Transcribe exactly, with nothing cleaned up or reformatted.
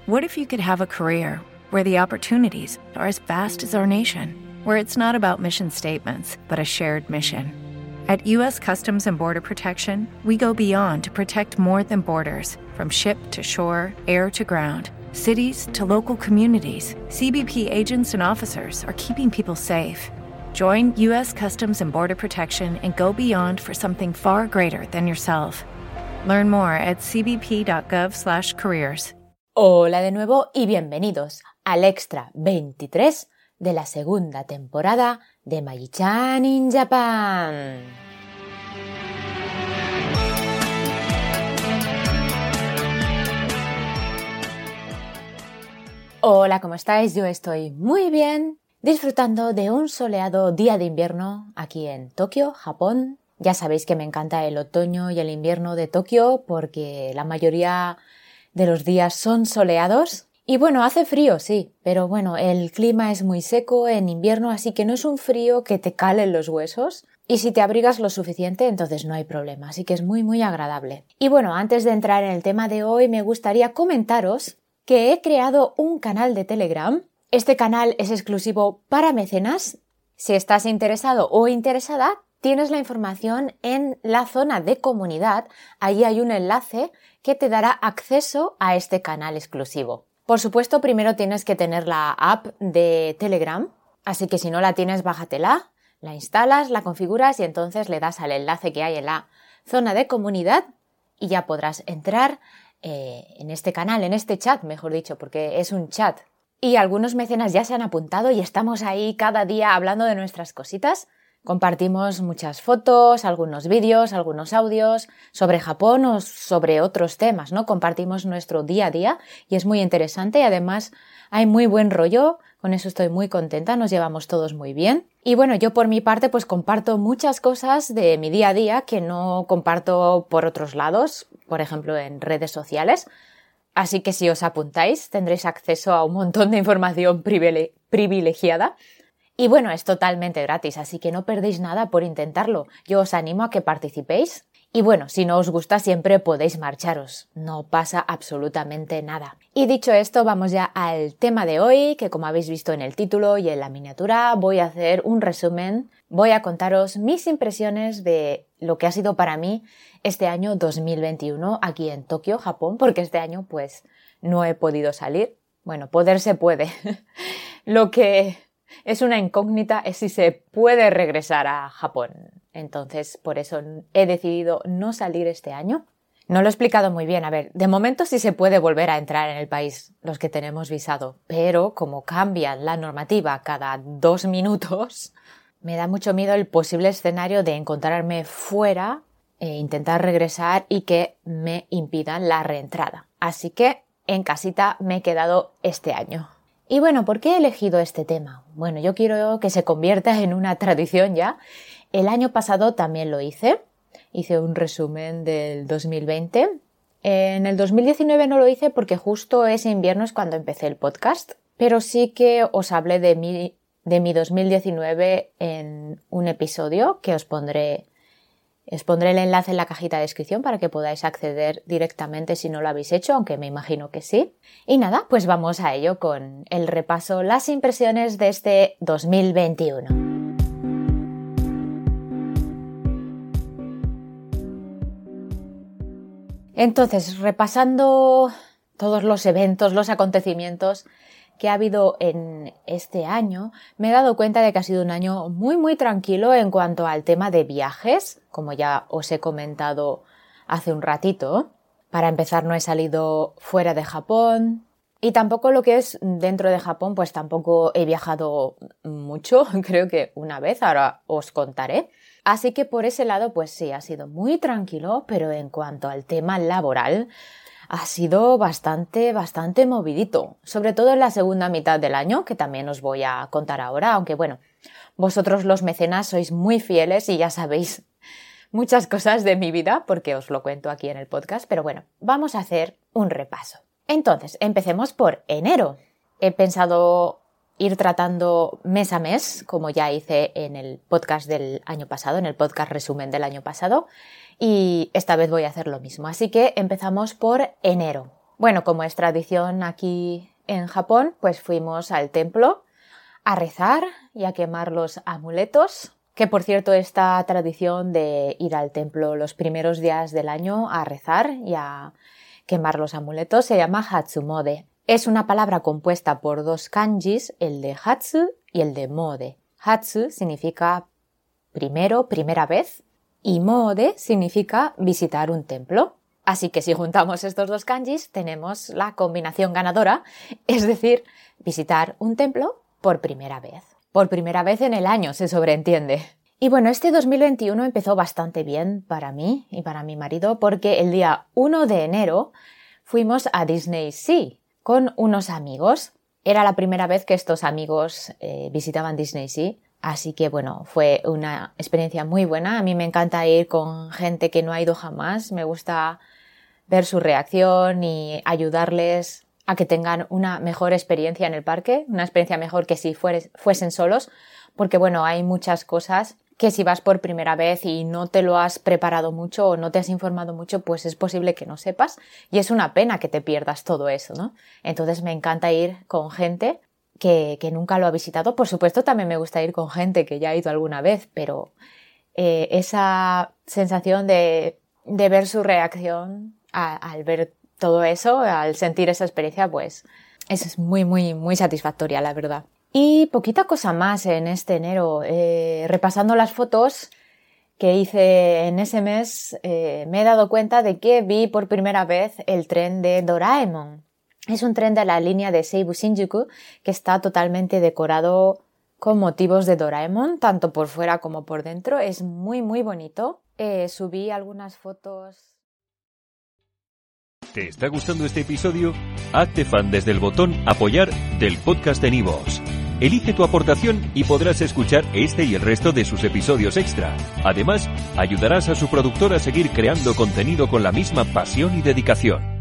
What if you could have a career where the opportunities are as vast as our nation, where it's not about mission statements, but a shared mission? At U S Customs and Border Protection, we go beyond to protect more than borders. From ship to shore, air to ground, cities to local communities, C B P agents and officers are keeping people safe. Join U S Customs and Border Protection and go beyond for something far greater than yourself. Learn more at c b p dot gov slash careers. Hola de nuevo y bienvenidos al Extra veintitrés de la segunda temporada de Magi-chan in Japan. Hola, ¿cómo estáis? Yo estoy muy bien, disfrutando de un soleado día de invierno aquí en Tokio, Japón. Ya sabéis que me encanta el otoño y el invierno de Tokio porque la mayoría de los días son soleados. Y bueno, hace frío, sí, pero bueno, el clima es muy seco en invierno, así que no es un frío que te cale en los huesos. Y si te abrigas lo suficiente, entonces no hay problema, así que es muy muy agradable. Y bueno, antes de entrar en el tema de hoy, me gustaría comentaros que he creado un canal de Telegram. Este canal es exclusivo para mecenas. Si estás interesado o interesada, tienes la información en la zona de comunidad. Allí hay un enlace que te dará acceso a este canal exclusivo. Por supuesto, primero tienes que tener la app de Telegram, así que si no la tienes, bájatela, la instalas, la configuras y entonces le das al enlace que hay en la zona de comunidad y ya podrás entrar eh, en este canal, en este chat, mejor dicho, porque es un chat. Y algunos mecenas ya se han apuntado y estamos ahí cada día hablando de nuestras cositas. Compartimos muchas fotos, algunos vídeos, algunos audios sobre Japón o sobre otros temas, ¿no? Compartimos nuestro día a día y es muy interesante y además hay muy buen rollo, con eso estoy muy contenta, nos llevamos todos muy bien. Y bueno, yo por mi parte pues comparto muchas cosas de mi día a día que no comparto por otros lados, por ejemplo en redes sociales. Así que si os apuntáis tendréis acceso a un montón de información privile- privilegiada. Y bueno, es totalmente gratis, así que no perdéis nada por intentarlo. Yo os animo a que participéis. Y bueno, si no os gusta siempre podéis marcharos. No pasa absolutamente nada. Y dicho esto, vamos ya al tema de hoy, que como habéis visto en el título y en la miniatura, voy a hacer un resumen. Voy a contaros mis impresiones de lo que ha sido para mí este año dos mil veintiuno aquí en Tokio, Japón, porque este año pues no he podido salir. Bueno, poder se puede. Lo que es una incógnita es si se puede regresar a Japón. Entonces, por eso he decidido no salir este año. No lo he explicado muy bien. A ver, de momento sí se puede volver a entrar en el país los que tenemos visado, pero como cambian la normativa cada dos minutos, me da mucho miedo el posible escenario de encontrarme fuera e intentar regresar y que me impidan la reentrada. Así que en casita me he quedado este año. Y bueno, ¿por qué he elegido este tema? Bueno, yo quiero que se convierta en una tradición ya. El año pasado también lo hice. Hice un resumen del dos mil veinte. En el dos mil diecinueve no lo hice porque justo ese invierno es cuando empecé el podcast. Pero sí que os hablé de mi, de mi dos mil diecinueve en un episodio que os pondré Os pondré el enlace en la cajita de descripción para que podáis acceder directamente si no lo habéis hecho, aunque me imagino que sí. Y nada, pues vamos a ello con el repaso, las impresiones de este dos mil veintiuno. Entonces, repasando todos los eventos, los acontecimientos que ha habido en este año, me he dado cuenta de que ha sido un año muy muy tranquilo en cuanto al tema de viajes, como ya os he comentado hace un ratito. Para empezar, no he salido fuera de Japón y tampoco lo que es dentro de Japón, pues tampoco he viajado mucho, creo que una vez, ahora os contaré. Así que por ese lado, pues sí, ha sido muy tranquilo, pero en cuanto al tema laboral, ha sido bastante, bastante movidito, sobre todo en la segunda mitad del año, que también os voy a contar ahora, aunque bueno, vosotros los mecenas sois muy fieles y ya sabéis muchas cosas de mi vida, porque os lo cuento aquí en el podcast, pero bueno, vamos a hacer un repaso. Entonces, empecemos por enero. He pensado ir tratando mes a mes, como ya hice en el podcast del año pasado, en el podcast resumen del año pasado, y esta vez voy a hacer lo mismo. Así que empezamos por enero. Bueno, como es tradición aquí en Japón, pues fuimos al templo a rezar y a quemar los amuletos, que por cierto esta tradición de ir al templo los primeros días del año a rezar y a quemar los amuletos se llama Hatsumode. Es una palabra compuesta por dos kanjis, el de Hatsu y el de Mode. Hatsu significa primero, primera vez, y Mode significa visitar un templo. Así que si juntamos estos dos kanjis tenemos la combinación ganadora, es decir, visitar un templo por primera vez. Por primera vez en el año, se sobreentiende. Y bueno, este dos mil veintiuno empezó bastante bien para mí y para mi marido porque el día uno de enero fuimos a Disney Sea con unos amigos. Era la primera vez que estos amigos eh, visitaban Disney Sea, así que bueno, fue una experiencia muy buena. A mí me encanta ir con gente que no ha ido jamás, me gusta ver su reacción y ayudarles a que tengan una mejor experiencia en el parque, una experiencia mejor que si fueres, fuesen solos, porque bueno, hay muchas cosas que si vas por primera vez y no te lo has preparado mucho o no te has informado mucho, pues es posible que no sepas y es una pena que te pierdas todo eso, ¿no? Entonces me encanta ir con gente que, que nunca lo ha visitado. Por supuesto también me gusta ir con gente que ya ha ido alguna vez, pero eh, esa sensación de, de ver su reacción a, al ver todo eso, al sentir esa experiencia, pues eso es muy, muy, muy satisfactoria, la verdad. Y poquita cosa más en este enero. Eh, repasando las fotos que hice en ese mes, eh, me he dado cuenta de que vi por primera vez el tren de Doraemon. Es un tren de la línea de Seibu Shinjuku que está totalmente decorado con motivos de Doraemon, tanto por fuera como por dentro. Es muy, muy bonito. Eh, subí algunas fotos. ¿Te está gustando este episodio? Hazte fan desde el botón Apoyar del podcast de Nivos. Elige tu aportación y podrás escuchar este y el resto de sus episodios extra. Además, ayudarás a su productor a seguir creando contenido con la misma pasión y dedicación.